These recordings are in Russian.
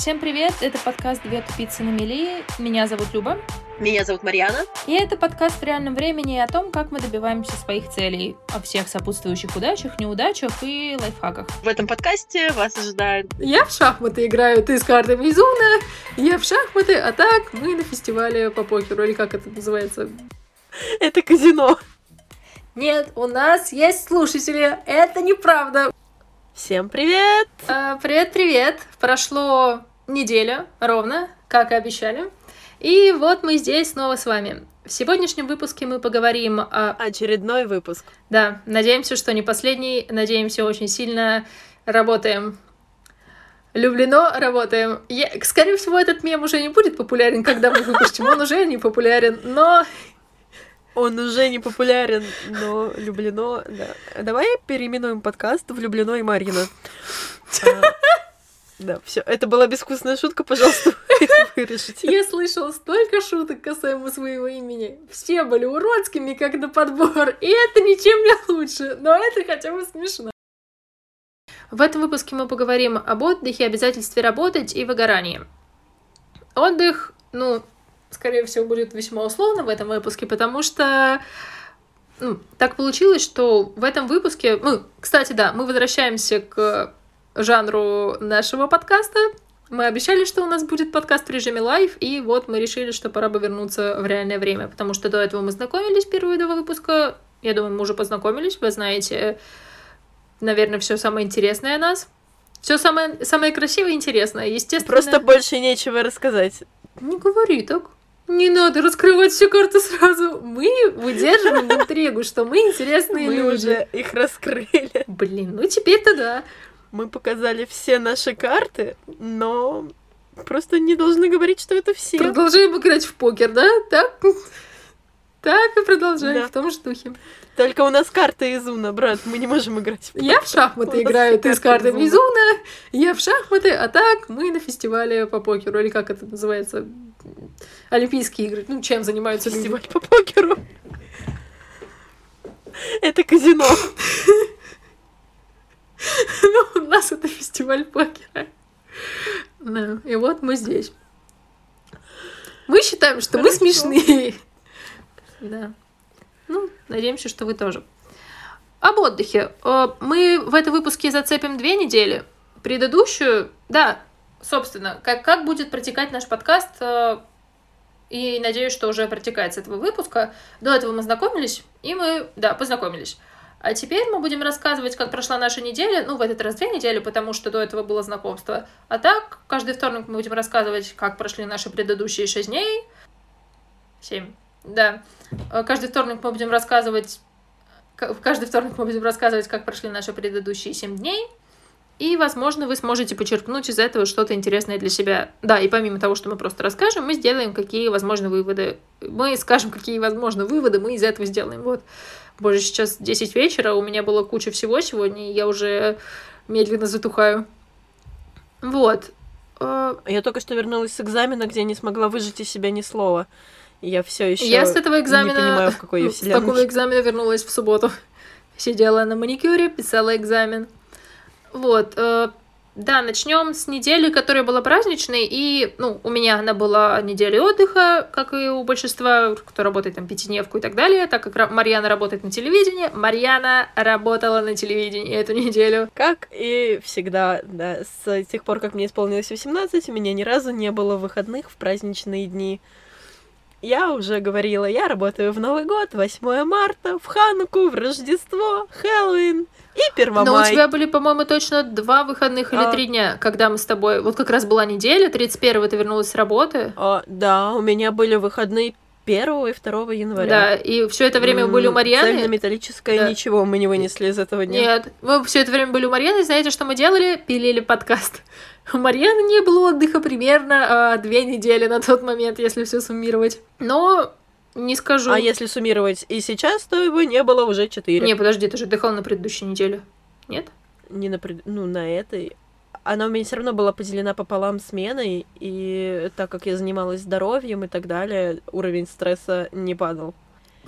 Всем привет, это подкаст «Две тупицы на мели». Меня зовут Люба. Меня зовут Марьяна. И это подкаст в реальном времени о том, как мы добиваемся своих целей, о всех сопутствующих удачах, неудачах и лайфхаках. В этом подкасте вас ожидает... Я в шахматы играю, ты с картами из Уна. Я в шахматы, а так мы на фестивале по покеру, или как это называется? Это казино. Нет, у нас есть слушатели, это неправда. Всем привет! Привет-привет! Прошло неделя ровно, как и обещали. И вот мы здесь снова с вами. В сегодняшнем выпуске мы поговорим о... Очередной выпуск. Да, надеемся, что не последний. Надеемся, очень сильно работаем. Люблено, работаем. Скорее всего, этот мем уже не будет популярен, когда мы выпустим. Он уже не популярен, но... Он уже не популярен, но Люблено... Да. Давай переименуем подкаст «Влюблено и Марина». Да, все. Это была безвкусная шутка, пожалуйста, вырежите. Я слышала столько шуток касаемо своего имени. Все были уродскими, как на подбор, и это ничем не лучше, но это хотя бы смешно. В этом выпуске мы поговорим об отдыхе, обязательстве работать и выгорании. Отдых, скорее всего, будет весьма условно в этом выпуске, потому что так получилось, что в этом выпуске... Кстати, да, мы возвращаемся к жанру нашего подкаста. Мы обещали, что у нас будет подкаст в режиме лайв, и вот мы решили, что пора бы вернуться в реальное время, потому что до этого мы знакомились, первые два выпуска. Я думаю, мы уже познакомились, вы знаете, наверное, все самое интересное о нас. Все самое красивое и интересное, естественно. Просто больше нечего рассказать. Не говори так. Не надо раскрывать все карты сразу. Мы выдерживаем интригу, что мы интересные люди. Мы уже их раскрыли. Блин, теперь-то да. Мы показали все наши карты, но просто не должны говорить, что это все. Продолжаем играть в покер, да? Так и продолжаем, да. В том же духе. Только у нас карты из Уна, брат, мы не можем играть в покер. Я в шахматы играю, ты с картами из Уна. Я в шахматы, а так мы на фестивале по покеру, или как это называется? Олимпийские игры. Чем занимаются люди? Фестиваль по покеру. Это казино. У нас это фестиваль покера. Да, и вот мы здесь. Мы считаем, что мы смешные. Да. Надеемся, что вы тоже. Об отдыхе. Мы в этом выпуске зацепим 2 недели. Предыдущую, да, собственно, как будет протекать наш подкаст, и надеюсь, что уже протекает с этого выпуска. До этого мы знакомились, и познакомились. А теперь мы будем рассказывать, как прошла наша неделя. В этот раз 2 недели, потому что до этого было знакомство. А так, каждый вторник мы будем рассказывать, как прошли наши предыдущие 6 дней. 7. Да. Каждый вторник мы будем рассказывать, как прошли наши предыдущие 7 дней. И, возможно, вы сможете почерпнуть из этого что-то интересное для себя. Да, и помимо того, что мы просто расскажем, мы сделаем какие возможны выводы. Мы скажем, какие возможны выводы, мы из этого сделаем. Вот. Боже, сейчас 10 вечера, у меня была куча всего сегодня, и я уже медленно затухаю. Вот. Я только что вернулась с экзамена, где не смогла выжать из себя ни слова. Я все еще с этого экзамена, не понимаю, в какой я вселенной. С такого экзамена вернулась в субботу. Сидела на маникюре, писала экзамен. Вот. Да, начнем с недели, которая была праздничной, и, у меня она была неделя отдыха, как и у большинства, кто работает там пятидневку и так далее, так как Марьяна работает на телевидении. Марьяна работала на телевидении эту неделю. Как и всегда, да, с тех пор, как мне исполнилось 18, у меня ни разу не было выходных в праздничные дни. Я уже говорила, я работаю в Новый год, 8 марта, в Хануку, в Рождество, Хэллоуин и 1 мая. Но у тебя были, по-моему, точно 2 выходных или 3 дня, когда мы с тобой... Вот как раз была неделя, 31-го ты вернулась с работы. Да, у меня были выходные 1 и 2 января. Да, и все это время мы были у Марьяны. Цельнометаллическое, да. Ничего мы не вынесли из этого дня. Нет, мы все это время были у Марьяны, знаете, что мы делали? Пилили подкаст. У Марьяны не было отдыха примерно 2 недели на тот момент, если все суммировать. Но не скажу. А если суммировать и сейчас, то его не было уже 4. Не, подожди, ты же отдыхал на предыдущей неделе. Нет? Не на этой. Она у меня все равно была поделена пополам сменой, и так как я занималась здоровьем и так далее, уровень стресса не падал.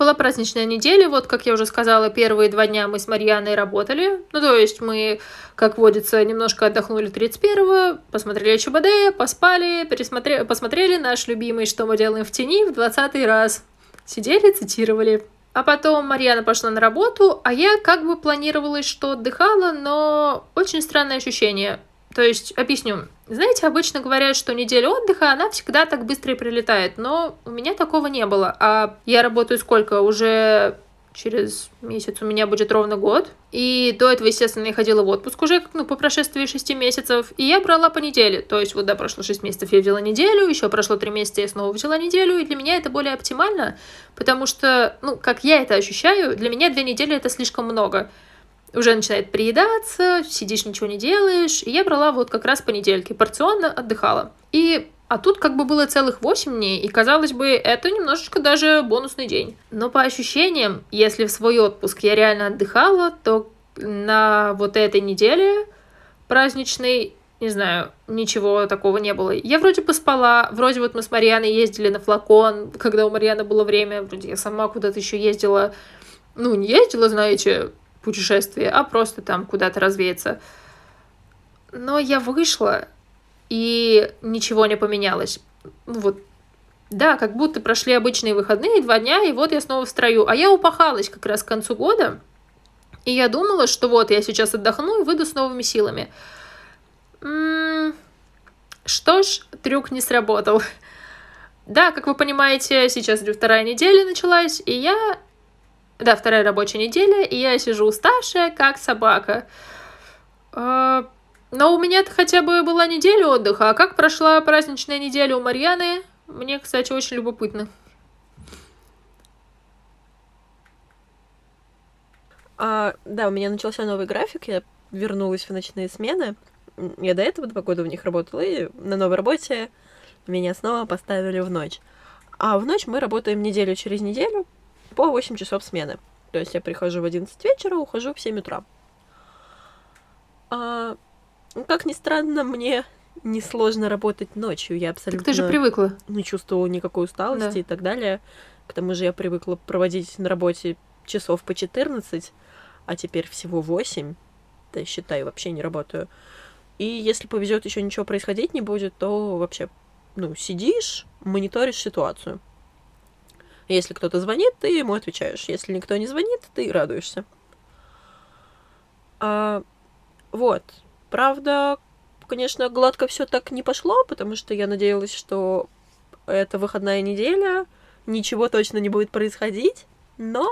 Была праздничная неделя, вот, как я уже сказала, первые 2 дня мы с Марьяной работали. Ну, то есть мы, как водится, немножко отдохнули 31-го, посмотрели ЧБД, поспали, посмотрели наш любимый «Что мы делаем в тени» в 20-й раз. Сидели, цитировали. А потом Марьяна пошла на работу, а я как бы планировала, что отдыхала, но очень странное ощущение. То есть, объясню. Знаете, обычно говорят, что неделя отдыха, она всегда так быстро и прилетает, но у меня такого не было. А я работаю сколько? Уже через месяц у меня будет ровно год. И до этого, естественно, я ходила в отпуск уже, по прошествии 6 месяцев. И я брала по неделе. То есть, вот, да, прошло 6 месяцев, я взяла неделю, еще прошло 3 месяца, я снова взяла неделю. И для меня это более оптимально, потому что, как я это ощущаю, для меня 2 недели это слишком много. Уже начинает приедаться, сидишь, ничего не делаешь. И я брала вот как раз понедельки, порционно отдыхала. А тут как бы было целых 8 дней, и, казалось бы, это немножечко даже бонусный день. Но по ощущениям, если в свой отпуск я реально отдыхала, то на вот этой неделе праздничной, не знаю, ничего такого не было. Я вроде поспала, вроде вот мы с Марьяной ездили на Флакон, когда у Марьяны было время, вроде я сама куда-то еще ездила. Не ездила, знаете, путешествие, а просто там куда-то развеяться. Но я вышла, и ничего не поменялось. Да, как будто прошли обычные выходные, 2 дня, и вот я снова в строю. А я упахалась как раз к концу года, и я думала, что вот я сейчас отдохну и выйду с новыми силами. Что ж, трюк не сработал. Да, как вы понимаете, сейчас 2-я неделя началась, и я... Да, 2-я рабочая неделя, и я сижу уставшая, как собака. Но у меня-то хотя бы была неделя отдыха. А как прошла праздничная неделя у Марьяны? Мне, кстати, очень любопытно. Да, у меня начался новый график, я вернулась в ночные смены. Я до этого 2 года в них работала, и на новой работе меня снова поставили в ночь. А в ночь мы работаем неделю через неделю по 8 часов смены. То есть я прихожу в 11 вечера, ухожу в 7 утра. Как ни странно, мне несложно работать ночью. Я абсолютно... Так ты же привыкла. Не чувствовала никакой усталости, да, и так далее. К тому же я привыкла проводить на работе часов по 14, а теперь всего 8. Да, считай, вообще не работаю. И если повезет, еще ничего происходить не будет, то вообще, сидишь, мониторишь ситуацию. Если кто-то звонит, ты ему отвечаешь. Если никто не звонит, ты радуешься. Вот. Правда, конечно, гладко все так не пошло, потому что я надеялась, что это выходная неделя, ничего точно не будет происходить, но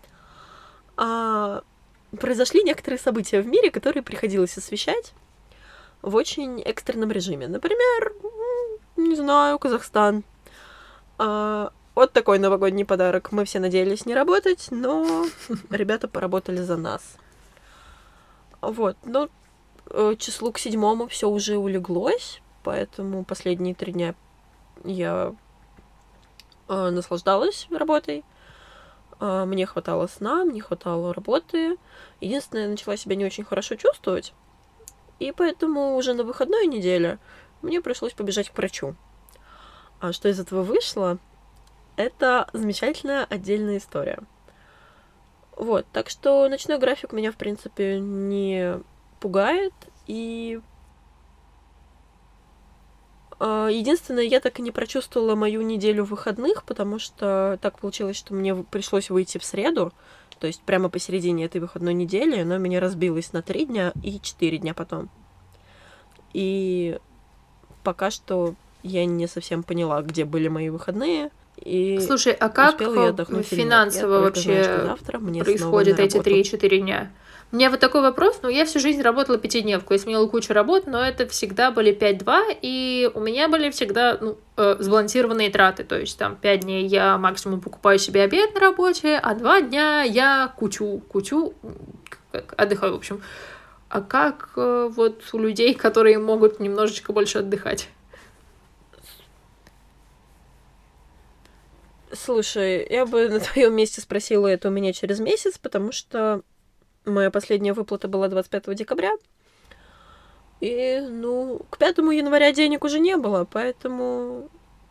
произошли некоторые события в мире, которые приходилось освещать в очень экстренном режиме. Например, не знаю, Казахстан. Вот такой новогодний подарок. Мы все надеялись не работать, но ребята поработали за нас. Вот, но числу к 7 все уже улеглось, поэтому последние 3 дня я наслаждалась работой. Мне хватало сна, мне хватало работы. Единственное, я начала себя не очень хорошо чувствовать, и поэтому уже на выходной неделе мне пришлось побежать к врачу. А что из этого вышло? Это замечательная отдельная история. Вот, так что ночной график меня, в принципе, не пугает, и единственное, я так и не прочувствовала мою неделю выходных, потому что так получилось, что мне пришлось выйти в среду, то есть прямо посередине этой выходной недели, но меня разбилось на 3 дня и 4 дня потом. И пока что я не совсем поняла, где были мои выходные. И слушай, а как финансово вообще завтра происходят эти 3-4 дня? У меня вот такой вопрос, я всю жизнь работала 5-дневку, я сменила кучу работ, но это всегда были 5-2, и у меня были всегда сбалансированные траты, то есть там 5 дней я максимум покупаю себе обед на работе, а 2 дня я кучу, отдыхаю, в общем. А как вот у людей, которые могут немножечко больше отдыхать? Слушай, я бы на твоем месте спросила это у меня через месяц, потому что моя последняя выплата была 25 декабря. И, к 5 января денег уже не было, поэтому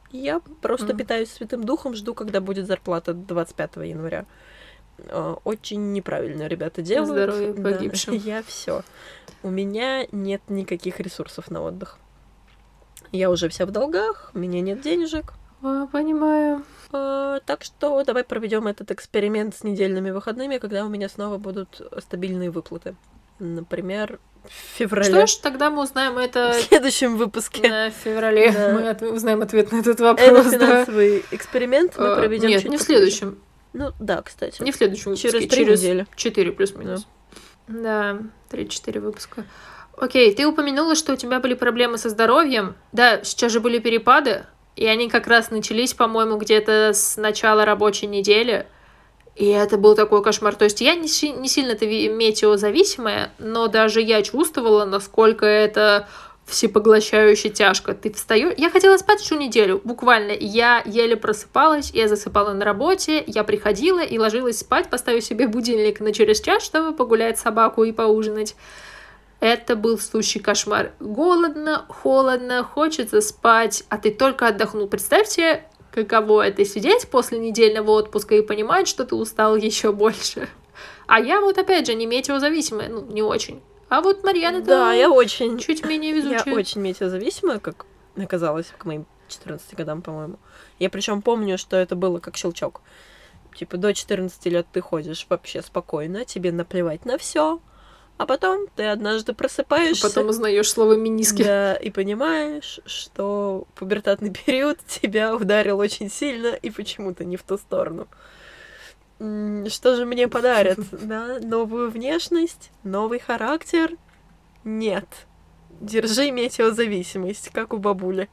Я просто питаюсь Святым Духом, жду, когда будет зарплата 25 января. Очень неправильно ребята делают. Здоровье погибшим. Да, я все. У меня нет никаких ресурсов на отдых. Я уже вся в долгах, у меня нет денежек. Понимаю. Так что давай проведем этот эксперимент с недельными выходными, когда у меня снова будут стабильные выплаты. Например, в феврале. Что ж, тогда мы узнаем это в следующем выпуске. В феврале. Да. Мы узнаем ответ на этот вопрос. Это финансовый эксперимент мы проведем. Нет, не в следующем. Ну да, кстати. Не в следующем выпуске. Через 3 недели. 4 плюс-минус. Да, 3-4 выпуска. Окей, ты упомянула, что у тебя были проблемы со здоровьем. Да, сейчас же были перепады, и они как раз начались, по-моему, где-то с начала рабочей недели. И это был такой кошмар. То есть я не сильно-то метеозависимая, но даже я чувствовала, насколько это всепоглощающе тяжко. Ты встаёшь... Я хотела спать всю неделю, буквально. Я еле просыпалась, я засыпала на работе, я приходила и ложилась спать, поставив себе будильник на через час, чтобы погулять собаку и поужинать. Это был сущий кошмар. Голодно, холодно, хочется спать, а ты только отдохнул. Представьте, каково это сидеть после недельного отпуска и понимать, что ты устал еще больше. А я вот опять же не метеозависимая, ну, не очень. А вот Марьяна, да, я очень чуть менее везучая. Я очень метеозависимая, как оказалось, к моим 14 годам, по-моему. Я причем помню, что это было как щелчок. Типа до 14 лет ты ходишь вообще спокойно, тебе наплевать на все, а потом ты однажды просыпаешься. А потом узнаешь слово миниски. Да, и понимаешь, что пубертатный период тебя ударил очень сильно и почему-то не в ту сторону. Что же мне подарят? Да, новую внешность, новый характер? Нет. Держи метеозависимость, как у бабули.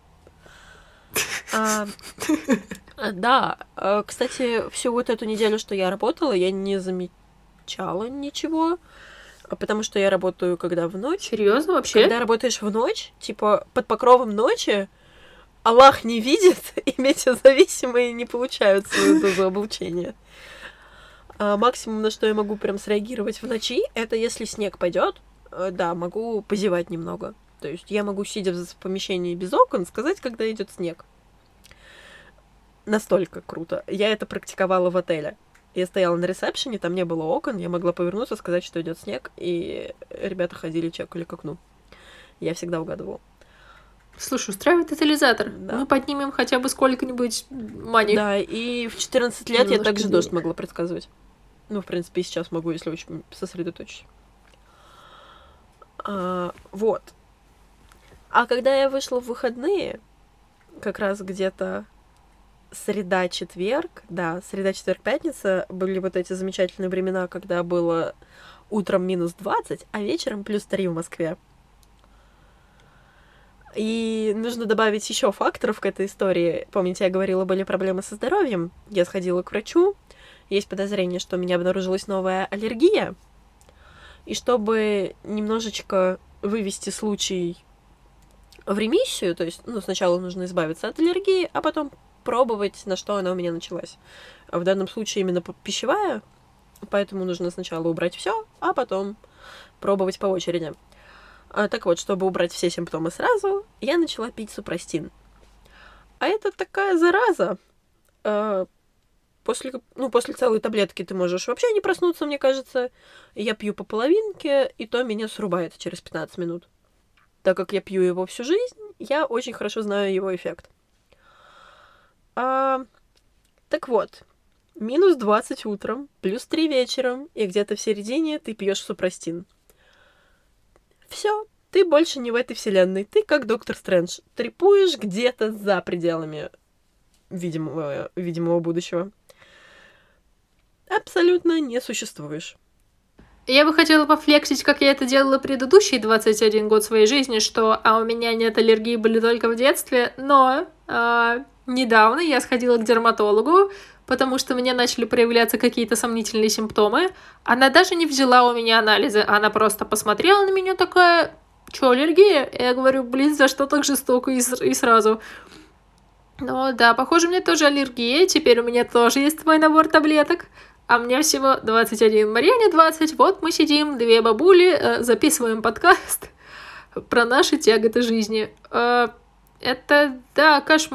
Да, кстати, всю вот эту неделю, что я работала, я не замечала ничего, потому что я работаю когда в ночь. Серьезно вообще? Когда работаешь в ночь, типа под покровом ночи, Аллах не видит, и метеозависимые не получают свою дозу облучения. Максимум, на что я могу прям среагировать в ночи, это если снег пойдет, да, могу позевать немного. То есть я могу, сидя в помещении без окон, сказать, когда идет снег. Настолько круто. Я это практиковала в отеле. Я стояла на ресепшене, там не было окон, я могла повернуться, сказать, что идет снег, и ребята ходили, чекали к окну. Я всегда угадывала. Слушай, устраивает тотализатор. Да. Мы поднимем хотя бы сколько-нибудь мани. Да, и в 14 лет я также дождь могла предсказывать. Ну, в принципе, и сейчас могу, если очень сосредоточусь. Вот. А когда я вышла в выходные, как раз где-то среда-четверг, да, среда-четверг-пятница, были вот эти замечательные времена, когда было утром минус 20, а вечером плюс 3 в Москве. И нужно добавить еще факторов к этой истории. Помните, я говорила, были проблемы со здоровьем. Я сходила к врачу. Есть подозрение, что у меня обнаружилась новая аллергия. И чтобы немножечко вывести случай в ремиссию, то есть, ну, сначала нужно избавиться от аллергии, а потом пробовать, на что она у меня началась. А в данном случае именно пищевая, поэтому нужно сначала убрать все, а потом пробовать по очереди. Так вот, чтобы убрать все симптомы сразу, я начала пить супрастин. А это такая зараза. После целой таблетки ты можешь вообще не проснуться, мне кажется. Я пью по половинке, и то меня срубает через 15 минут. Так как я пью его всю жизнь, я очень хорошо знаю его эффект. Так вот, минус 20 утром, плюс 3 вечером, и где-то в середине ты пьешь супрастин. Все, ты больше не в этой вселенной. Ты как Доктор Стрэндж. Трипуешь где-то за пределами видимого будущего. Абсолютно не существуешь. Я бы хотела пофлексить, как я это делала предыдущие 21 год своей жизни, что у меня нет аллергии, были только в детстве, но недавно я сходила к дерматологу, потому что мне начали проявляться какие-то сомнительные симптомы. Она даже не взяла у меня анализы, она просто посмотрела на меня такая: чё, аллергия? Я говорю: блин, за что так жестоко и сразу? Ну да, похоже, у меня тоже аллергия, теперь у меня тоже есть мой набор таблеток. А мне всего 21, Марьяне 20. Вот мы сидим, две бабули, записываем подкаст про наши тяготы жизни. Это, да, кошмар.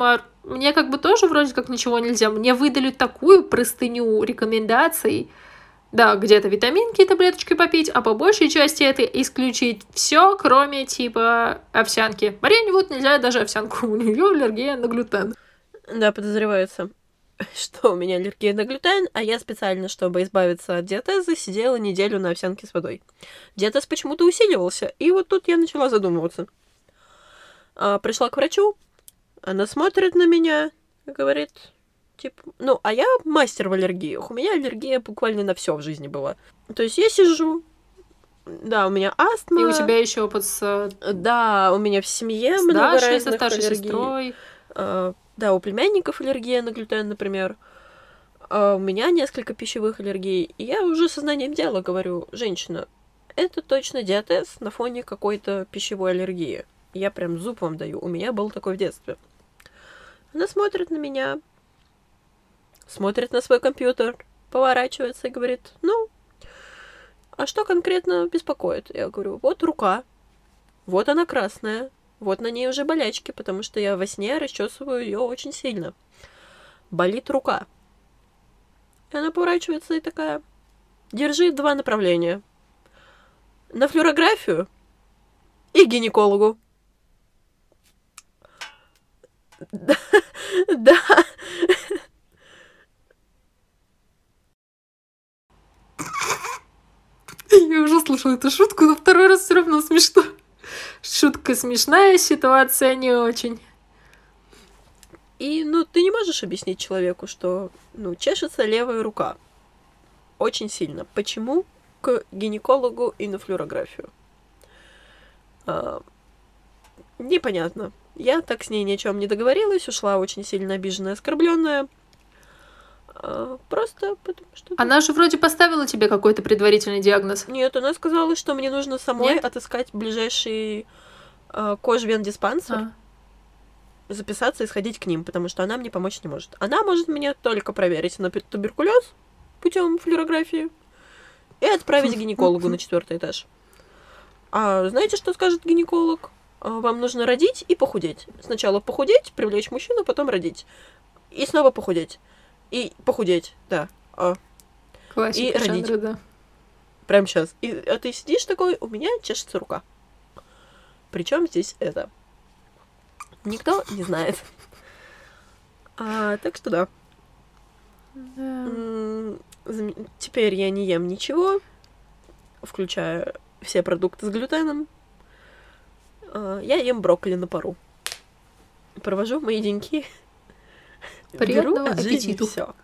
мне как бы тоже вроде как ничего нельзя. Мне выдали такую простыню рекомендаций. Да, где-то витаминки, таблеточки попить, а по большей части это исключить все, кроме типа овсянки. Марине вот нельзя даже овсянку, у нее аллергия на глютен. Да, подозревается, что у меня аллергия на глютен, а я специально, чтобы избавиться от диатеза, сидела неделю на овсянке с водой. Диатез почему-то усиливался, и вот тут я начала задумываться. Пришла к врачу, она смотрит на меня и говорит, типа, а я мастер в аллергиях, у меня аллергия буквально на все в жизни была. То есть я сижу, да, у меня астма. И у тебя еще опыт с... Да, у меня в семье с много Дашей, разных со старшей аллергий. сестрой. Да, у племянников аллергия на глютен, например. У меня несколько пищевых аллергий. И я уже сознанием дела говорю, женщина, это точно диатез на фоне какой-то пищевой аллергии. Я прям зуб вам даю. У меня был такой в детстве. Она смотрит на меня, смотрит на свой компьютер, поворачивается и говорит, а что конкретно беспокоит? Я говорю, вот рука, вот она красная, вот на ней уже болячки, потому что я во сне расчесываю ее очень сильно. Болит рука. И она поворачивается и такая, держи 2 направления. На флюорографию и к гинекологу. Да. Я уже слышала эту шутку, но второй раз все равно смешно. Шутка смешная, ситуация не очень. И, ты не можешь объяснить человеку, что, чешется левая рука. Очень сильно. Почему к гинекологу и на флюорографию? Непонятно. Я так с ней ни о чем не договорилась, ушла очень сильно обиженная, оскорбленная. Просто потому что... Она же вроде поставила тебе какой-то предварительный диагноз. Нет, она сказала, что мне нужно самой отыскать ближайший кожвен-диспансер, записаться и сходить к ним, потому что она мне помочь не может. Она может меня только проверить на туберкулез путем флюорографии и отправить к гинекологу на 4-й этаж. А знаете, что скажет гинеколог? Вам нужно родить и похудеть. Сначала похудеть, привлечь мужчину, потом родить. И снова похудеть. И похудеть, да. Классика и родить. жанра, да. Прямо сейчас. А ты сидишь такой, у меня чешется рука. Причем здесь это? Никто не знает. Так что да. Теперь я не ем ничего, включая все продукты с глютеном. Я ем брокколи на пару. Провожу мои деньги. Приятного аппетита. Все.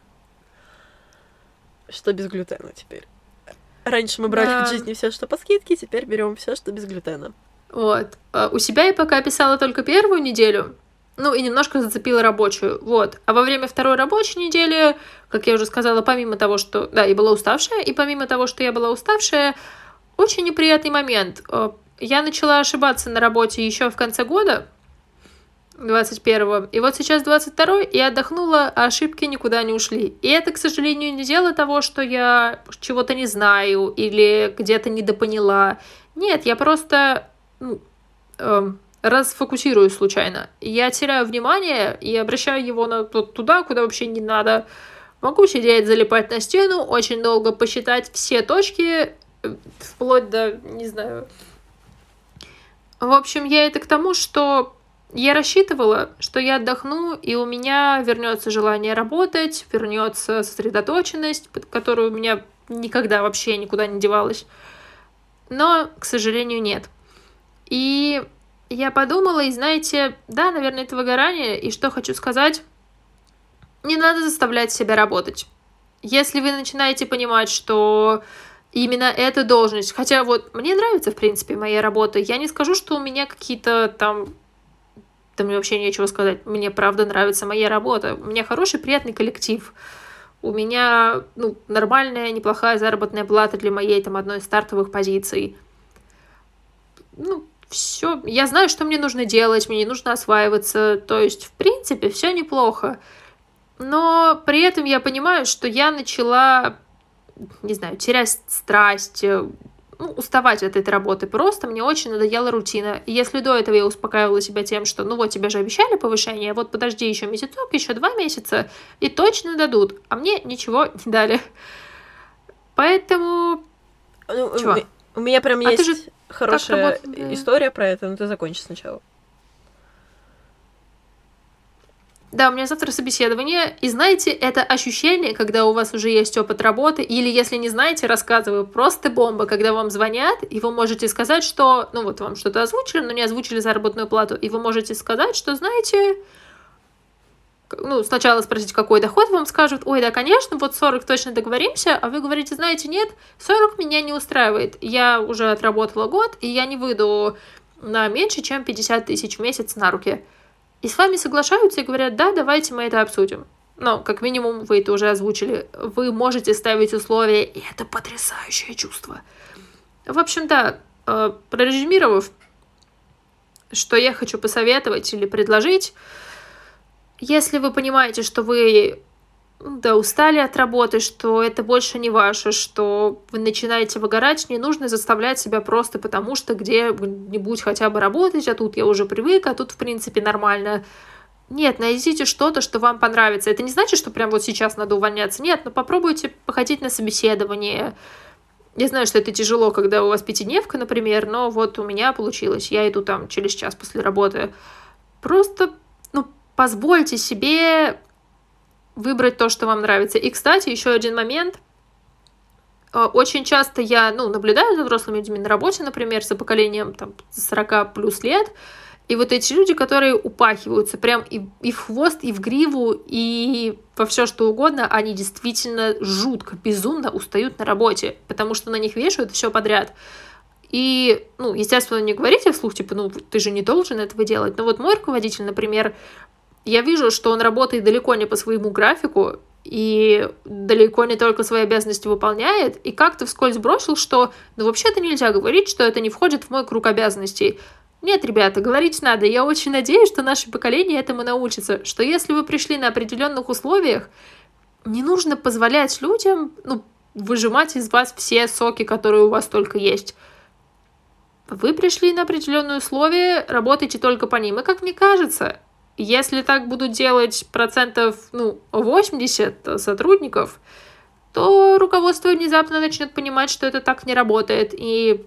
Что без глютена теперь. Раньше мы брали в жизни все, что по скидке, теперь берем все, что без глютена. Вот. У себя я пока писала только первую неделю, и немножко зацепила рабочую. Вот. А во время второй рабочей недели, как я уже сказала, помимо того, что... Да, я была уставшая, и помимо того, что я была уставшая, очень неприятный момент. Я начала ошибаться на работе еще в конце года, 21-го, и вот сейчас 22-й, и отдохнула, а ошибки никуда не ушли. И это, к сожалению, не дело того, что я чего-то не знаю или где-то недопоняла. Нет, я просто расфокусируюсь случайно. Я теряю внимание и обращаю его туда, куда вообще не надо. Могу сидеть, залипать на стену, очень долго посчитать все точки, вплоть до, не знаю... В общем, я это к тому, что я рассчитывала, что я отдохну, и у меня вернется желание работать, вернется сосредоточенность, которая у меня никогда вообще никуда не девалась. Но, к сожалению, нет. И я подумала, и знаете, да, наверное, это выгорание, и что хочу сказать, не надо заставлять себя работать. Если вы начинаете понимать, что... именно эта должность. Хотя вот мне нравится, в принципе, моя работа. Я не скажу, что у меня какие-то там... Да мне вообще нечего сказать. Мне правда нравится моя работа. У меня хороший, приятный коллектив. У меня, нормальная, неплохая заработная плата для моей там одной из стартовых позиций. Все. Я знаю, что мне нужно делать, мне не нужно осваиваться. То есть, в принципе, все неплохо. Но при этом я понимаю, что я начала... не знаю, терять страсть, уставать от этой работы. Просто мне очень надоела рутина. И если до этого я успокаивала себя тем, что, ну вот, тебе же обещали повышение, вот подожди еще месяцок, еще 2 месяца, и точно дадут. А мне ничего не дали. Поэтому... Чего? У меня прям есть хорошая работала... история про это, но ты закончи сначала. Да, у меня завтра собеседование, и знаете, это ощущение, когда у вас уже есть опыт работы, или если не знаете, рассказываю, просто бомба, когда вам звонят, и вы можете сказать, что, ну вот вам что-то озвучили, но не озвучили заработную плату, и вы можете сказать, что, знаете, ну, сначала спросить, какой доход, вам скажут, ой, да, конечно, вот 40 точно договоримся, а вы говорите, знаете, нет, 40 меня не устраивает, я уже отработала год, и я не выйду на меньше, чем 50 тысяч в месяц на руки. И с вами соглашаются и говорят, да, давайте мы это обсудим. Но, как минимум, вы это уже озвучили. Вы можете ставить условия, и это потрясающее чувство. В общем, да, прорезюмировав, что я хочу посоветовать или предложить, если вы понимаете, что вы устали от работы, что это больше не ваше, что вы начинаете выгорать, не нужно заставлять себя просто потому, что где-нибудь хотя бы работать, а тут я уже привык, а тут, в принципе, нормально. Нет, найдите что-то, что вам понравится. Это не значит, что прям вот сейчас надо увольняться. Нет, но попробуйте походить на собеседование. Я знаю, что это тяжело, когда у вас пятидневка, например, но вот у меня получилось. Я иду там через час после работы. Просто, позвольте себе выбрать то, что вам нравится. И, кстати, еще один момент. Очень часто я, наблюдаю за взрослыми людьми на работе, например, за поколением 40 плюс лет, и вот эти люди, которые упахиваются прям и в хвост, и в гриву, и во все что угодно, они действительно жутко, безумно устают на работе, потому что на них вешают все подряд. И, естественно, не говорите вслух, ты же не должен этого делать. Но вот мой руководитель, например, я вижу, что он работает далеко не по своему графику и далеко не только свои обязанности выполняет, и как-то вскользь бросил, что вообще-то нельзя говорить, что это не входит в мой круг обязанностей. Нет, ребята, говорить надо. Я очень надеюсь, что наше поколение этому научится, что если вы пришли на определенных условиях, не нужно позволять людям, выжимать из вас все соки, которые у вас только есть. Вы пришли на определенные условия, работайте только по ним. И как мне кажется, если так будут делать 80% сотрудников, то руководство внезапно начнет понимать, что это так не работает, и,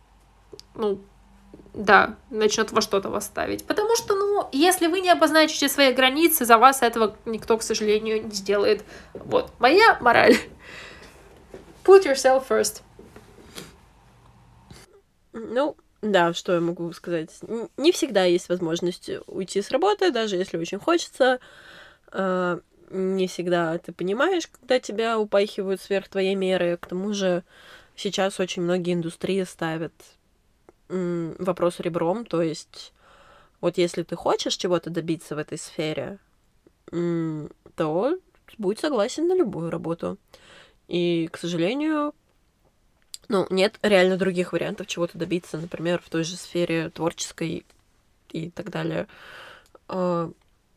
начнет во что-то вас ставить. Потому что, если вы не обозначите свои границы, за вас этого никто, к сожалению, не сделает. Вот, моя мораль. Put yourself first. Да, что я могу сказать? Не всегда есть возможность уйти с работы, даже если очень хочется. Не всегда ты понимаешь, когда тебя упахивают сверх твоей меры. К тому же сейчас очень многие индустрии ставят вопрос ребром. То есть вот если ты хочешь чего-то добиться в этой сфере, то будь согласен на любую работу. И, к сожалению, нет реально других вариантов чего-то добиться, например, в той же сфере творческой и так далее. То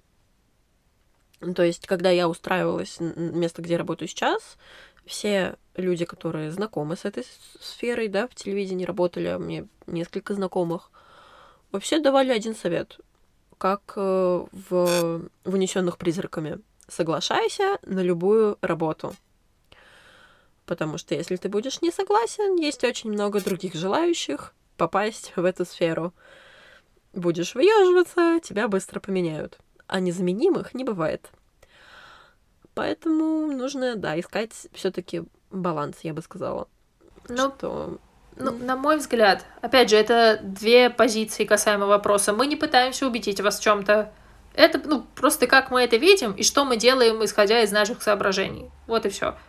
есть, когда я устраивалась на место, где работаю сейчас, все люди, которые знакомы с этой сферой, в телевидении работали, у меня несколько знакомых, вообще давали один совет, как в «Унесённых призраками». Соглашайся на любую работу. Потому что если ты будешь не согласен, есть очень много других желающих попасть в эту сферу. Будешь выёживаться, тебя быстро поменяют. А незаменимых не бывает. Поэтому нужно, искать все-таки баланс, я бы сказала. На мой взгляд, опять же, это две позиции касаемо вопроса. Мы не пытаемся убедить вас в чем-то. Это, просто как мы это видим и что мы делаем, исходя из наших соображений. Вот и все.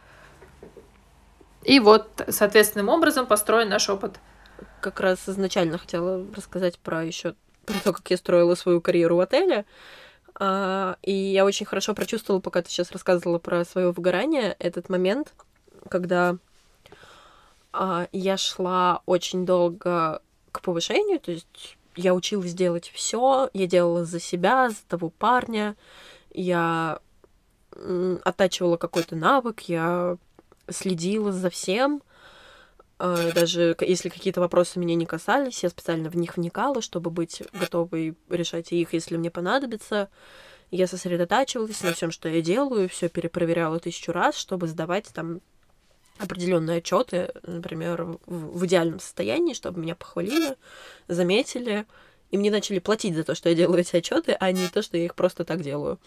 И вот, соответственным образом построен наш опыт. Как раз изначально хотела рассказать про то, как я строила свою карьеру в отеле. И я очень хорошо прочувствовала, пока ты сейчас рассказывала про свое выгорание, этот момент, когда я шла очень долго к повышению, то есть я училась делать все, я делала за себя, за того парня, я оттачивала какой-то навык, я следила за всем, Даже если какие-то вопросы меня не касались, я специально в них вникала, чтобы быть готовой решать их, если мне понадобится. Я сосредотачивалась на всем, что я делаю, все перепроверяла 1000 раз, чтобы сдавать там определенные отчеты, например, в идеальном состоянии, чтобы меня похвалили, заметили, и мне начали платить за то, что я делаю эти отчеты, а не то, что я их просто так делаю.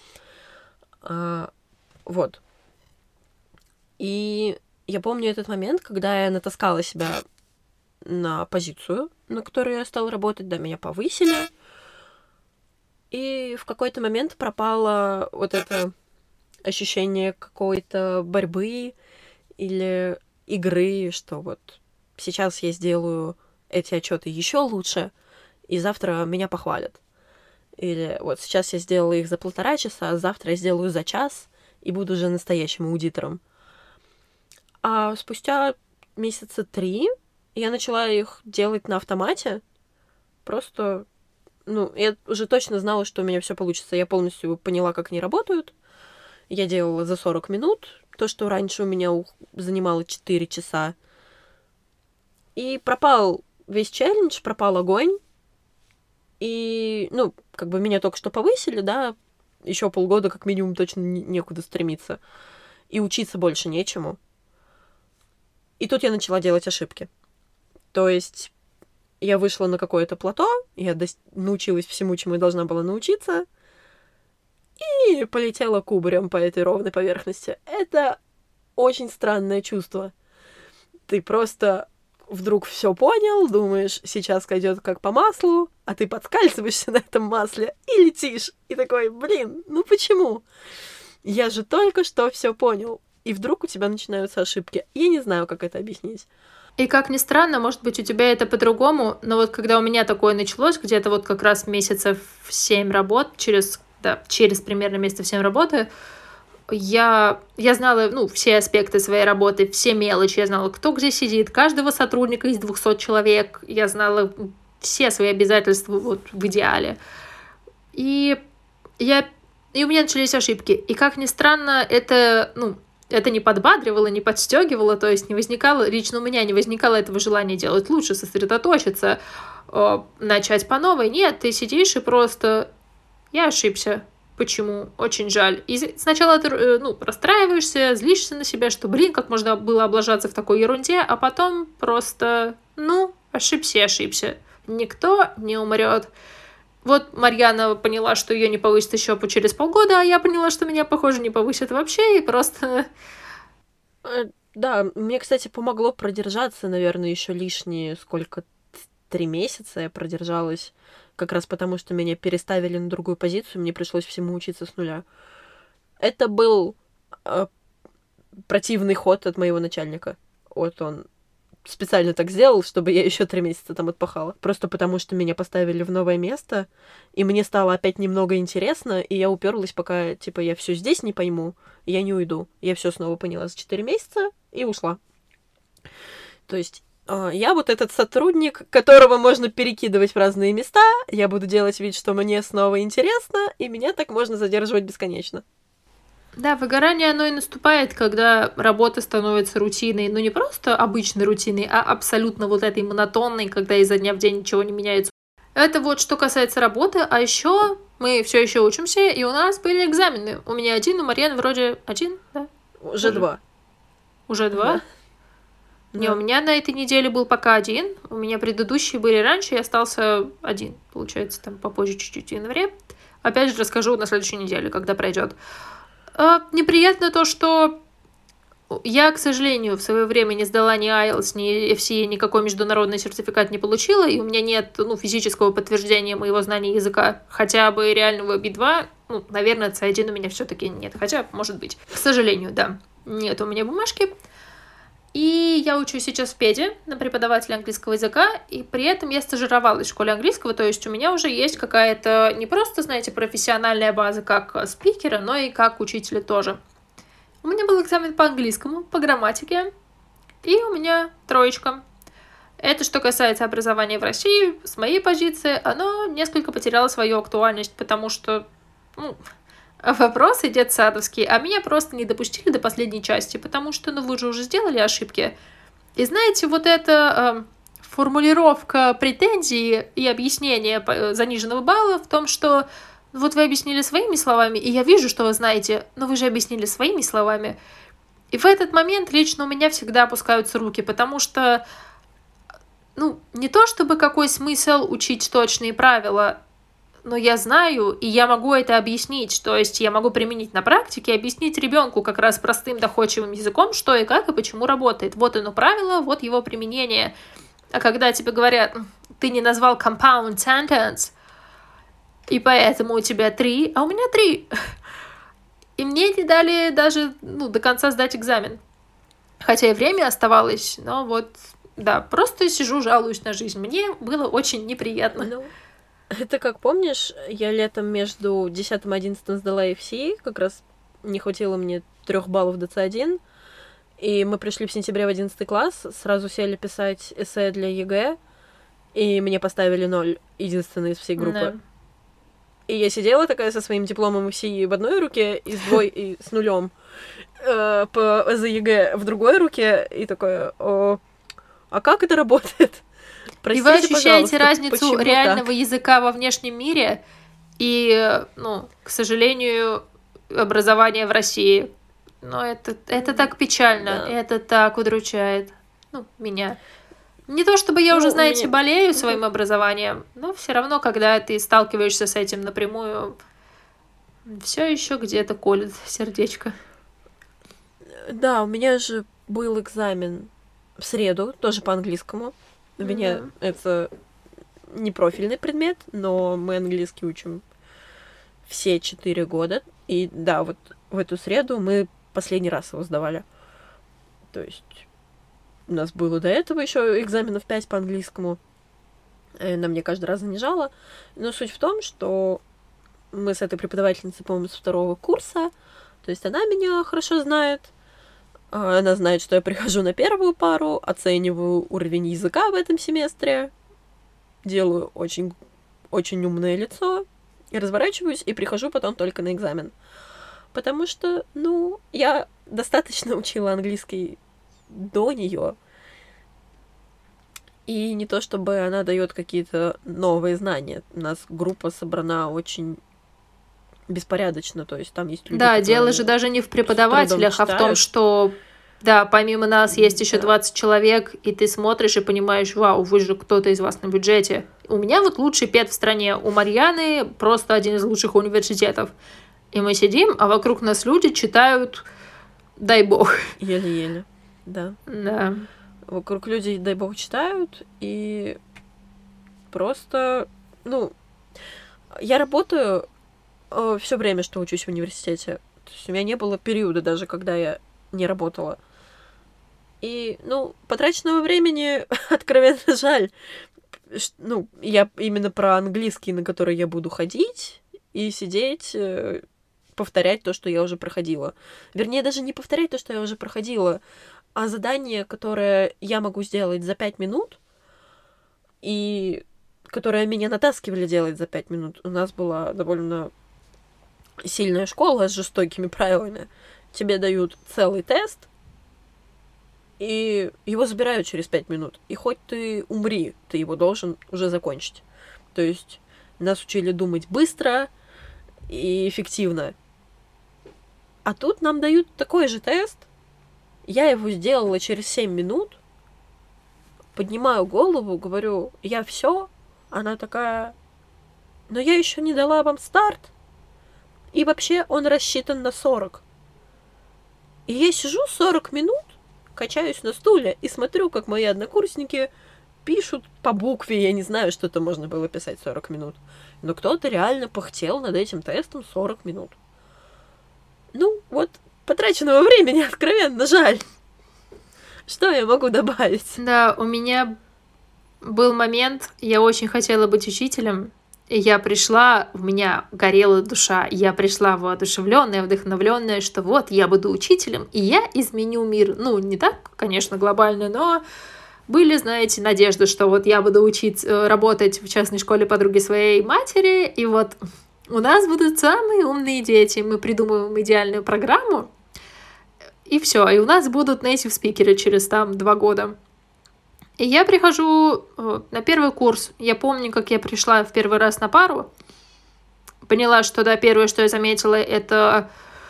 Вот. И я помню этот момент, когда я натаскала себя на позицию, на которой я стала работать, да, меня повысили, и в какой-то момент пропало вот это ощущение какой-то борьбы или игры, что вот сейчас я сделаю эти отчеты еще лучше, и завтра меня похвалят. Или вот сейчас я сделала их за 1,5 часа, а завтра я сделаю за час и буду уже настоящим аудитором. А спустя 3 месяца я начала их делать на автомате. Просто, я уже точно знала, что у меня все получится. Я полностью поняла, как они работают. Я делала за 40 минут то, что раньше у меня занимало 4 часа. И пропал весь челлендж, пропал огонь. И, меня только что повысили, да, еще полгода как минимум точно некуда стремиться. И учиться больше нечему. И тут я начала делать ошибки. То есть я вышла на какое-то плато, я научилась всему, чему я должна была научиться, и полетела кубарем по этой ровной поверхности. Это очень странное чувство. Ты просто вдруг все понял, думаешь, сейчас пойдет как по маслу, а ты подскальзываешься на этом масле и летишь. И такой, почему? Я же только что все понял. И вдруг у тебя начинаются ошибки. Я не знаю, как это объяснить. И как ни странно, может быть, у тебя это по-другому, но вот когда у меня такое началось, где-то вот как раз месяцев 7 работ, через примерно месяцев 7 работы, я знала, все аспекты своей работы, все мелочи, я знала, кто где сидит, каждого сотрудника из 200 человек, я знала все свои обязательства вот в идеале. И у меня начались ошибки. И как ни странно, это не подбадривало, не подстегивало, то есть лично у меня не возникало этого желания делать лучше, сосредоточиться, начать по новой. Нет, ты сидишь и просто... Я ошибся. Почему? Очень жаль. И сначала ты, расстраиваешься, злишься на себя, что, как можно было облажаться в такой ерунде, а потом просто, ошибся. Никто не умрет. Вот Марьяна поняла, что ее не повысят еще через полгода, а я поняла, что меня, похоже, не повысят вообще, и просто... Да, мне, кстати, помогло продержаться, наверное, еще лишние 3 месяца я продержалась, как раз потому, что меня переставили на другую позицию, мне пришлось всему учиться с нуля. Это был противный ход от моего начальника. Вот он специально так сделал, чтобы я еще 3 месяца там отпахала. Просто потому, что меня поставили в новое место, и мне стало опять немного интересно, и я уперлась, пока, я все здесь не пойму, я не уйду. Я все снова поняла за 4 месяца и ушла. То есть я вот этот сотрудник, которого можно перекидывать в разные места, я буду делать вид, что мне снова интересно, и меня так можно задерживать бесконечно. Да, выгорание, оно и наступает, когда работа становится рутиной, не просто обычной рутиной, а абсолютно вот этой монотонной, когда изо дня в день ничего не меняется. Это вот что касается работы, а еще мы все еще учимся, и у нас были экзамены. У меня 1, у Марьяны вроде 1, да? Уже 2. Уже 2? Да. Не, у меня на этой неделе был пока 1, у меня предыдущие были раньше, и остался 1, получается, там попозже чуть-чуть в январе. Опять же расскажу на следующей неделе, когда пройдет. Неприятно то, что я, к сожалению, в свое время не сдала ни IELTS, ни FCE, никакой международный сертификат не получила, и у меня нет физического подтверждения моего знания языка, хотя бы реального B2, наверное, C1 у меня все-таки нет, хотя, может быть. К сожалению, да, нет у меня бумажки. И я учусь сейчас в ПЕДе на преподавателя английского языка, и при этом я стажировалась в школе английского, то есть у меня уже есть какая-то не просто, знаете, профессиональная база как спикера, но и как учителя тоже. У меня был экзамен по английскому, по грамматике, и у меня 3. Это что касается образования в России, с моей позиции, оно несколько потеряло свою актуальность, потому что, вопрос идет детсадовский, а меня просто не допустили до последней части, потому что, вы же уже сделали ошибки. И знаете, вот эта формулировка претензий и объяснения заниженного балла в том, что вот вы объяснили своими словами, и я вижу, что вы знаете, но вы же объяснили своими словами. И в этот момент лично у меня всегда опускаются руки, потому что, не то чтобы какой смысл учить точные правила, но я знаю, и я могу это объяснить. То есть я могу применить на практике, объяснить ребенку как раз простым доходчивым языком, что и как, и почему работает. Вот оно правило, вот его применение. А когда тебе говорят, ты не назвал compound sentence, и поэтому у тебя 3, а у меня 3. И мне не дали даже до конца сдать экзамен. Хотя и время оставалось, но вот, да, просто сижу, жалуюсь на жизнь. Мне было очень неприятно. Это как помнишь, я летом между 10 и 11 сдала FCE, как раз не хватило мне 3 баллов до C1, и мы пришли в сентябре в 11 класс, сразу сели писать эссе для ЕГЭ, и мне поставили 0, единственный из всей группы. Да. И я сидела такая со своим дипломом FCE в одной руке и с нулем за ЕГЭ в другой руке, и такое, а как это работает? Простите, и вы ощущаете разницу реального так? языка во внешнем мире и, к сожалению, образование в России. Но это так печально, Да. это так удручает, меня. Не то чтобы я уже, знаете, болею своим образованием, но все равно, когда ты сталкиваешься с этим напрямую, все еще где-то колет сердечко. Да, у меня же был экзамен в среду, тоже по английскому. У меня это не профильный предмет, но мы английский учим все 4 года. И да, вот в эту среду мы последний раз его сдавали. То есть у нас было до этого еще экзаменов 5 по английскому. Она мне каждый раз занижала. Но суть в том, что мы с этой преподавательницей, по-моему, с 2 курса. То есть она меня хорошо знает. Она знает, что я прихожу на 1 пару, оцениваю уровень языка в этом семестре, делаю очень, очень умное лицо, и разворачиваюсь, и прихожу потом только на экзамен. Потому что, я достаточно учила английский до нее. И не то чтобы она дает какие-то новые знания. У нас группа собрана очень беспорядочно, то есть там есть люди, да, дело же даже не в преподавателях, а в том, что, да, помимо нас есть еще 20 человек, и ты смотришь и понимаешь, вау, вы же кто-то из вас на бюджете. У меня вот лучший пед в стране, у Марьяны просто один из лучших университетов. И мы сидим, а вокруг нас люди читают, дай бог. Еле-еле, да. Да. Вокруг людей, дай бог, читают, и просто, я работаю все время, что учусь в университете. То есть у меня не было периода даже, когда я не работала. И, потраченного времени откровенно жаль. Я именно про английский, на который я буду ходить и сидеть, повторять то, что я уже проходила. Вернее, даже не повторять то, что я уже проходила, а задание, которое я могу сделать за 5 минут, и которое меня натаскивали делать за 5 минут. У нас была довольно сильная школа с жестокими правилами. Тебе дают целый тест, и его забирают через 5 минут. И хоть ты умри, ты его должен уже закончить. То есть нас учили думать быстро и эффективно. А тут нам дают такой же тест. Я его сделала через 7 минут. Поднимаю голову, говорю, я все. Она такая, но я еще не дала вам старт. И вообще он рассчитан на 40. И я сижу 40 минут, качаюсь на стуле и смотрю, как мои однокурсники пишут по букве. Я не знаю, что это можно было писать 40 минут. Но кто-то реально пыхтел над этим тестом 40 минут. Вот потраченного времени откровенно жаль. Что я могу добавить? Да, у меня был момент, я очень хотела быть учителем, и я пришла, у меня горела душа, я пришла воодушевленная, вдохновленная, что вот, я буду учителем, и я изменю мир. Не так, конечно, глобально, но были, знаете, надежды, что вот я буду работать в частной школе подруги своей матери, и вот у нас будут самые умные дети, мы придумываем идеальную программу, и все. И у нас будут native спикеры через там 2 года. И я прихожу на первый курс. Я помню, как я пришла в первый раз на пару. Поняла, что, да, первое, что я заметила, это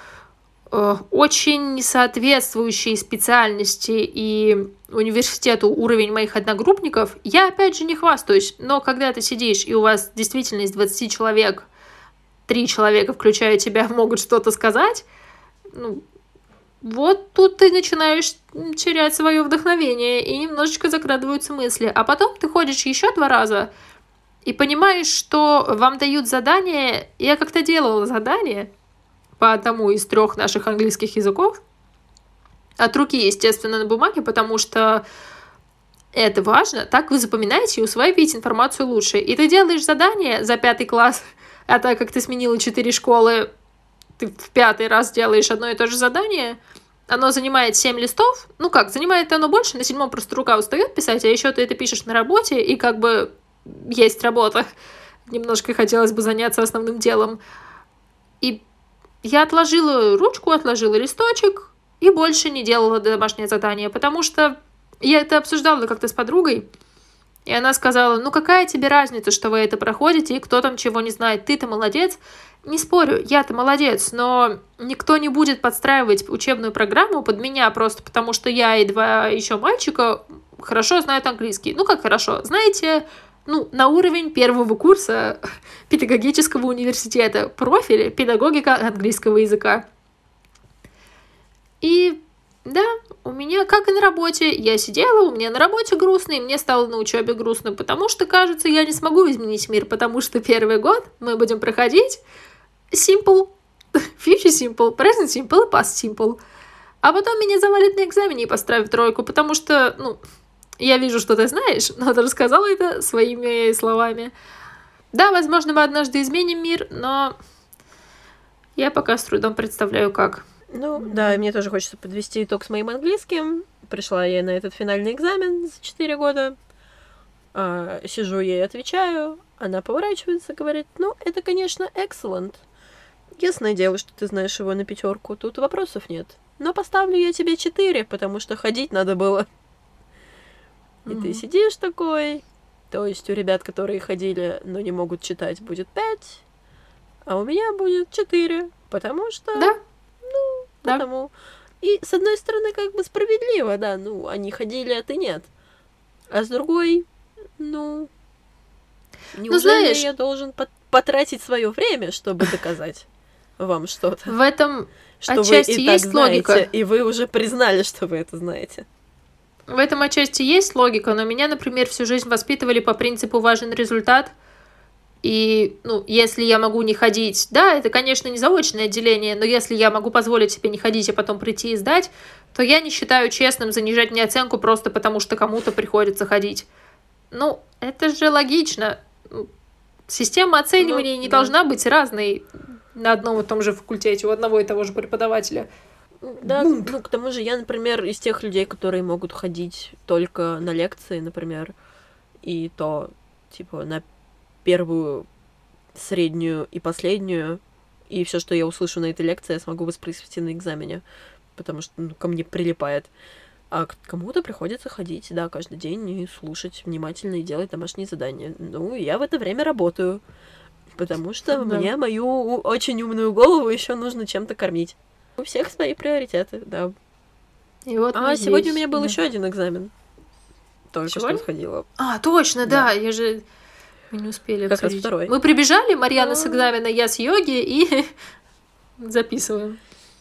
очень несоответствующие специальности и университету уровень моих одногруппников. Я, опять же, не хвастаюсь, но когда ты сидишь, и у вас действительно из 20 человек 3 человека, включая тебя, могут что-то сказать, ну, вот тут ты начинаешь терять свое вдохновение, и немножечко закрадываются мысли. А потом ты ходишь еще 2 раза и понимаешь, что вам дают задание. Я как-то делала задание по одному из 3 наших английских языков. От руки, естественно, на бумаге, потому что это важно. Так вы запоминаете и усваиваете информацию лучше. И ты делаешь задание за 5 класс, а так как ты сменила 4 школы, ты в 5-й раз делаешь одно и то же задание. Оно занимает 7 листов. Ну как, занимает оно больше, на 7-м просто рука устает писать, а еще ты это пишешь на работе, и как бы есть работа. Немножко хотелось бы заняться основным делом. И я отложила ручку, отложила листочек и больше не делала домашнее задание, потому что я это обсуждала как-то с подругой, и она сказала, ну какая тебе разница, что вы это проходите, и кто там чего не знает, ты-то молодец. Не спорю, я-то молодец, но никто не будет подстраивать учебную программу под меня просто потому, что я и 2 еще мальчика хорошо знают английский. Ну как хорошо, знаете, ну, на уровень 1-го курса педагогического университета, профиль педагогика английского языка. И да, у меня, как и на работе, я сидела, у меня на работе грустно, и мне стало на учебе грустно, потому что, кажется, я не смогу изменить мир, потому что 1-й год мы будем проходить simple, future simple, present simple и past simple. А потом меня завалят на экзамене и поставят 3, потому что, ну, я вижу, что ты знаешь, но ты рассказала это своими словами. Да, возможно, мы однажды изменим мир, но я пока с трудом представляю, как. Ну, да, и мне тоже хочется подвести итог с моим английским. Пришла я на этот финальный экзамен за 4 года. Сижу ей, отвечаю. Она поворачивается, говорит, ну, это, конечно, excellent. Ясное дело, что ты знаешь его на 5, тут вопросов нет. Но поставлю я тебе 4, потому что ходить надо было. И ты сидишь такой, то есть у ребят, которые ходили, но не могут читать, будет 5, а у меня будет 4, потому что... Да. Ну, потому... И с одной стороны, как бы справедливо, да, ну, они ходили, а ты нет. А с другой, ну... Неужели знаешь, я должен потратить свое время, чтобы доказать вам что-то? В этом что отчасти вы и есть так логика. знаете, и вы уже признали, что вы это знаете. В этом отчасти есть логика, но меня, например, всю жизнь воспитывали по принципу «важен результат». И, ну, если я могу не ходить, да, это, конечно, не заочное отделение, но если я могу позволить себе не ходить, а потом прийти и сдать, то я не считаю честным занижать мне оценку просто потому, что кому-то приходится ходить. Ну, это же логично. Система оценивания не должна быть разной на одном и том же факультете у одного и того же преподавателя. Да, ну, к тому же я, например, из тех людей, которые могут ходить только на лекции, например, и то, типа, на 1-ю, среднюю и последнюю, и все, что я услышу на этой лекции, я смогу воспроизвести на экзамене, потому что ко мне прилипает. А кому-то приходится ходить, да, каждый день и слушать внимательно и делать домашние задания. Ну, я в это время работаю, потому что мне мою очень умную голову еще нужно чем-то кормить. У всех свои приоритеты, да. И вот сегодня у меня был еще один экзамен. Только что сходила. Точно, да. Я же... Мы не успели как обсудить. Раз 2. Мы прибежали, Марьяна с экзамена, я с йоги, и записываем.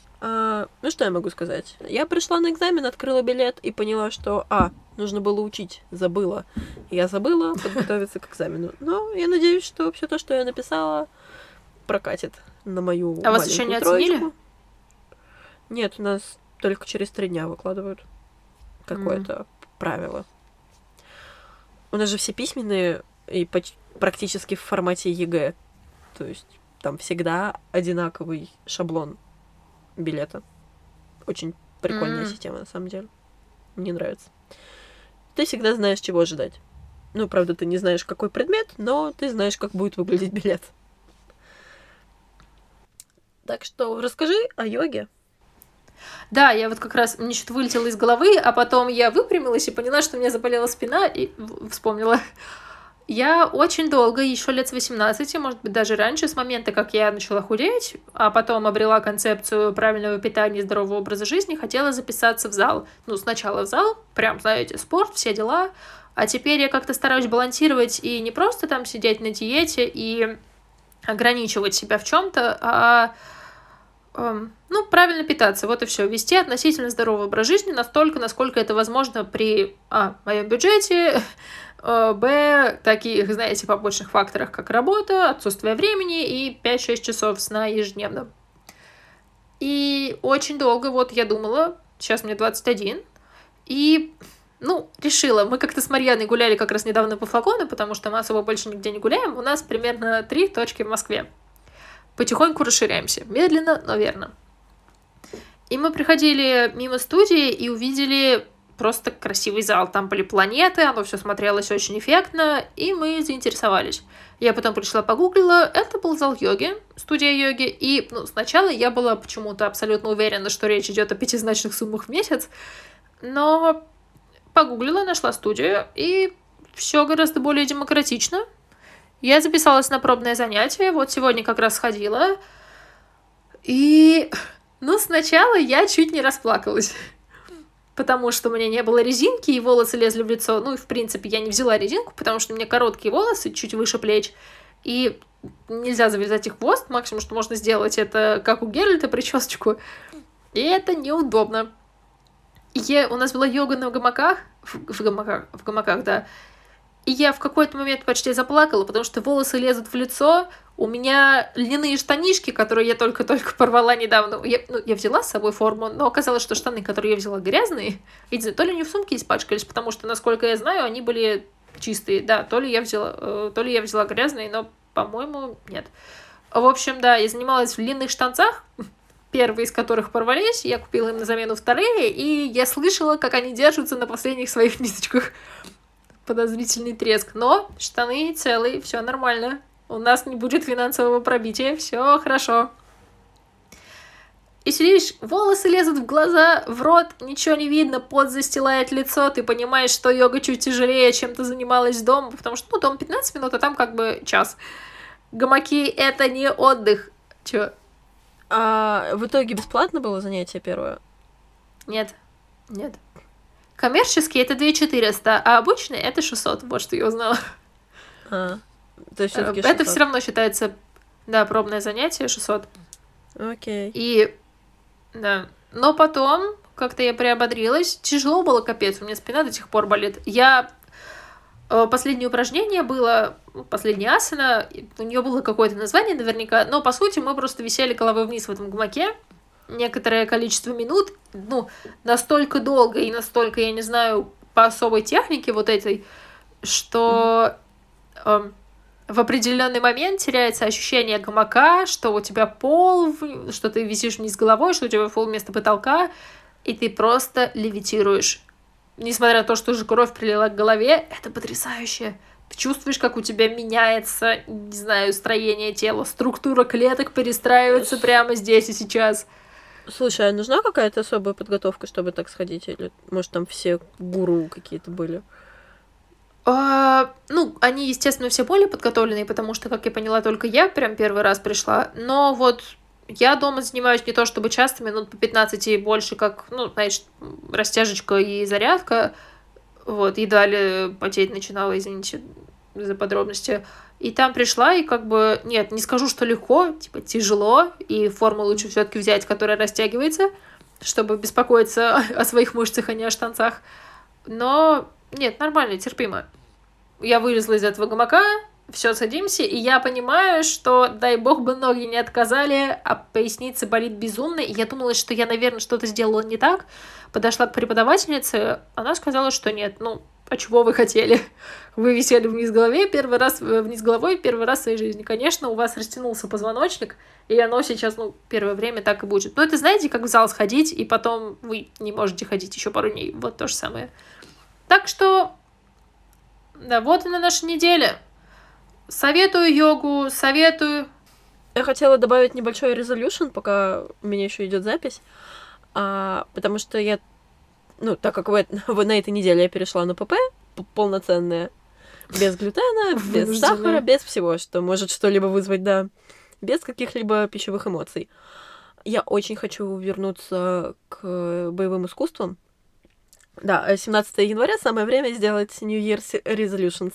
Ну, что я могу сказать? Я пришла на экзамен, открыла билет и поняла, что, нужно было учить, забыла. Я забыла подготовиться к экзамену. Но я надеюсь, что все то, что я написала, прокатит на мою маленькую 3. вас еще не оценили? Нет, у нас только через 3 дня выкладывают какое-то правило. У нас же все письменные и практически в формате ЕГЭ. То есть там всегда одинаковый шаблон билета. Очень прикольная система, на самом деле. Мне нравится. Ты всегда знаешь, чего ожидать. Ну, правда, ты не знаешь, какой предмет, но ты знаешь, как будет выглядеть билет. Так что расскажи о йоге. Да, я вот как раз, мне что-то вылетело из головы, а потом я выпрямилась и поняла, что у меня заболела спина, и вспомнила. Я очень долго, еще лет с 18, может быть, даже раньше, с момента, как я начала худеть, а потом обрела концепцию правильного питания и здорового образа жизни, хотела записаться в зал. Ну, сначала в зал, прям, знаете, спорт, все дела, а теперь я как-то стараюсь балансировать и не просто там сидеть на диете и ограничивать себя в чем-то, а ну, правильно питаться, вот и все. Вести относительно здоровый образ жизни настолько, насколько это возможно при моем бюджете, таких, знаете, побочных факторах, как работа, отсутствие времени и 5-6 часов сна ежедневно. И очень долго вот я думала, сейчас мне 21, и, решила. Мы как-то с Марьяной гуляли как раз недавно по флакону, потому что мы особо больше нигде не гуляем. У нас примерно 3 точки в Москве. Потихоньку расширяемся. Медленно, но верно. И мы приходили мимо студии и увидели просто красивый зал. Там были планеты, оно все смотрелось очень эффектно, и мы заинтересовались. Я потом пришла, погуглила, это был зал йоги, студия йоги, и сначала я была почему-то абсолютно уверена, что речь идет о 5-значных суммах в месяц, но погуглила, нашла студию, и все гораздо более демократично. Я записалась на пробное занятие, вот сегодня как раз сходила, и, сначала я чуть не расплакалась, потому что у меня не было резинки, и волосы лезли в лицо, и, в принципе, я не взяла резинку, потому что у меня короткие волосы, чуть выше плеч, и нельзя завязать их в хвост, максимум, что можно сделать, это как у Геральта причесочку, и это неудобно. У нас была йога на гамаках, в гамаках, да. И я в какой-то момент почти заплакала, потому что волосы лезут в лицо, у меня льняные штанишки, которые я только-только порвала недавно. Я взяла с собой форму, но оказалось, что штаны, которые я взяла, грязные. И не знаю, то ли они в сумке испачкались, потому что, насколько я знаю, они были чистые. Да, то ли я взяла грязные, но, по-моему, нет. В общем, да, я занималась в длинных штанцах, первые из которых порвались, я купила им на замену вторые, и я слышала, как они держатся на последних своих ниточках. Подозрительный треск, но штаны целые, все нормально. У нас не будет финансового пробития, все хорошо. И сидишь, волосы лезут в глаза, в рот, ничего не видно, пот застилает лицо, ты понимаешь, что йога чуть тяжелее, чем ты занималась дома, потому что, дом 15 минут, а там как бы час. Гамаки — это не отдых. Чё? А в итоге бесплатно было занятие первое? Нет. Коммерческий — это 2400, а обычный — это 600, вот что я узнала. То есть всё-таки 600. Это все равно считается, да, пробное занятие, 600. Окей. И, да. Но потом как-то я приободрилась. Тяжело было, капец, у меня спина до сих пор болит. Последнее упражнение было, последняя асана, у нее было какое-то название наверняка, но, по сути, мы просто висели головой вниз в этом гамаке некоторое количество минут, настолько долго и настолько, я не знаю, по особой технике вот этой, что в определенный момент теряется ощущение гамака, что у тебя пол, что ты висишь вниз головой, что у тебя пол вместо потолка, и ты просто левитируешь. Несмотря на то, что уже кровь прилила к голове, это потрясающе. Ты чувствуешь, как у тебя меняется, не знаю, строение тела, структура клеток перестраивается прямо здесь и сейчас. Слушай, а нужна какая-то особая подготовка, чтобы так сходить? Или, может, там все гуру какие-то были? Они, естественно, все более подготовленные, потому что, как я поняла, только я прям первый раз пришла. Но вот я дома занимаюсь не то чтобы часто, минут по 15 и больше, как, знаешь, растяжечка и зарядка. Вот, едва ли потеть начинала, извините за подробности. И там пришла, и как бы, нет, не скажу, что легко, типа тяжело, и форму лучше все-таки взять, которая растягивается, чтобы беспокоиться о своих мышцах, а не о штанцах. Но нет, нормально, терпимо. Я вылезла из этого гамака, все, садимся, и я понимаю, что, дай бог бы, ноги не отказали, а поясница болит безумно, и я думала, что я, наверное, что-то сделала не так. Подошла к преподавательнице, она сказала, что нет, а чего вы хотели? Вы висели вниз головой первый раз в своей жизни. Конечно, у вас растянулся позвоночник, и оно сейчас, первое время так и будет. Но это, знаете, как в зал сходить, и потом вы не можете ходить еще пару дней. Вот то же самое. Так что, да, вот и на нашей неделе. Советую йогу, советую. Я хотела добавить небольшой резолюшн, пока у меня еще идет запись. Потому что я, так как на этой неделе я перешла на ПП полноценное, без глютена, без сахара, без всего, что может что-либо вызвать, да, без каких-либо пищевых эмоций. Я очень хочу вернуться к боевым искусствам. Да, 17 января самое время сделать New Year's Resolutions.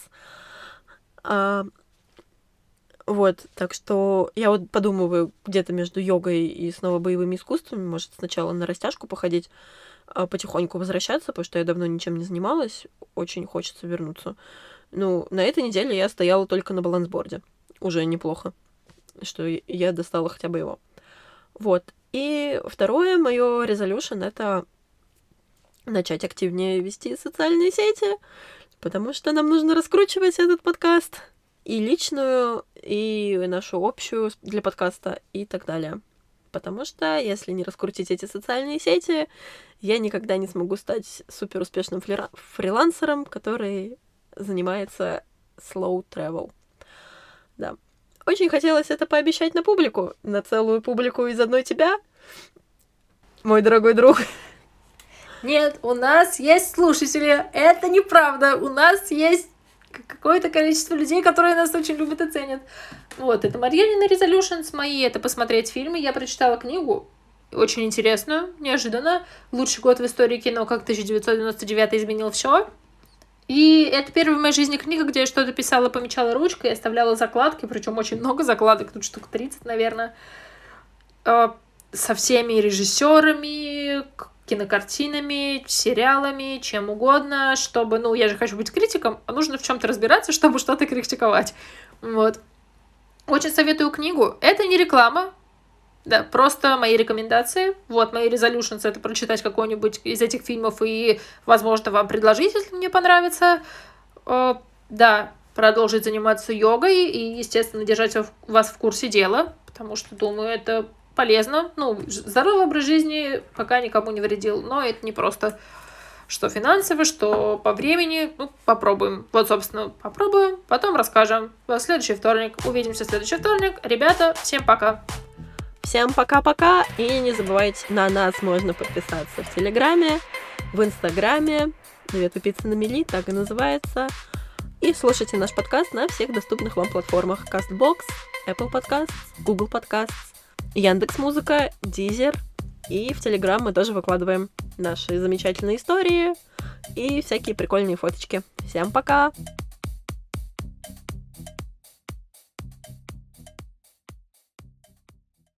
Так что я вот подумываю где-то между йогой и снова боевыми искусствами, может, сначала на растяжку походить, потихоньку возвращаться, потому что я давно ничем не занималась, очень хочется вернуться. На этой неделе я стояла только на балансборде. Уже неплохо, что я достала хотя бы его. И второе моё resolution — это начать активнее вести социальные сети, потому что нам нужно раскручивать этот подкаст, и личную, и нашу общую для подкаста, и так далее. Потому что если не раскрутить эти социальные сети, я никогда не смогу стать суперуспешным фрилансером, который занимается slow travel. Да. Очень хотелось это пообещать на публику, на целую публику из одной тебя, мой дорогой друг. Нет, у нас есть слушатели, это неправда, у нас есть какое-то количество людей, которые нас очень любят и ценят. Это Марьянины Resolutions мои, это посмотреть фильмы. Я прочитала книгу, очень интересную, неожиданно. «Лучший год в истории кино, как 1999 изменил все». И это первая в моей жизни книга, где я что-то писала, помечала ручкой, оставляла закладки, причем очень много закладок, тут штук 30, наверное, со всеми режиссерами, кинокартинами, сериалами, чем угодно, чтобы, я же хочу быть критиком, а нужно в чем-то разбираться, чтобы что-то критиковать. Очень советую книгу. Это не реклама, да, просто мои рекомендации. Мои resolutions — это прочитать какой-нибудь из этих фильмов и, возможно, вам предложить, если мне понравится. Да, продолжить заниматься йогой и, естественно, держать вас в курсе дела, потому что, думаю, это полезно. Здоровый образ жизни пока никому не вредил, но это не просто что финансово, что по времени. Попробуем. Собственно, попробуем, потом расскажем. В следующий вторник. Увидимся в следующий вторник. Ребята, всем пока! Всем пока-пока, и не забывайте, на нас можно подписаться в Телеграме, в Инстаграме, «Две тупицы на мели», так и называется, и слушайте наш подкаст на всех доступных вам платформах: CastBox, Apple Podcasts, Google Podcasts, Яндекс.Музыка, Deezer, и в Телеграм мы тоже выкладываем наши замечательные истории и всякие прикольные фоточки. Всем пока!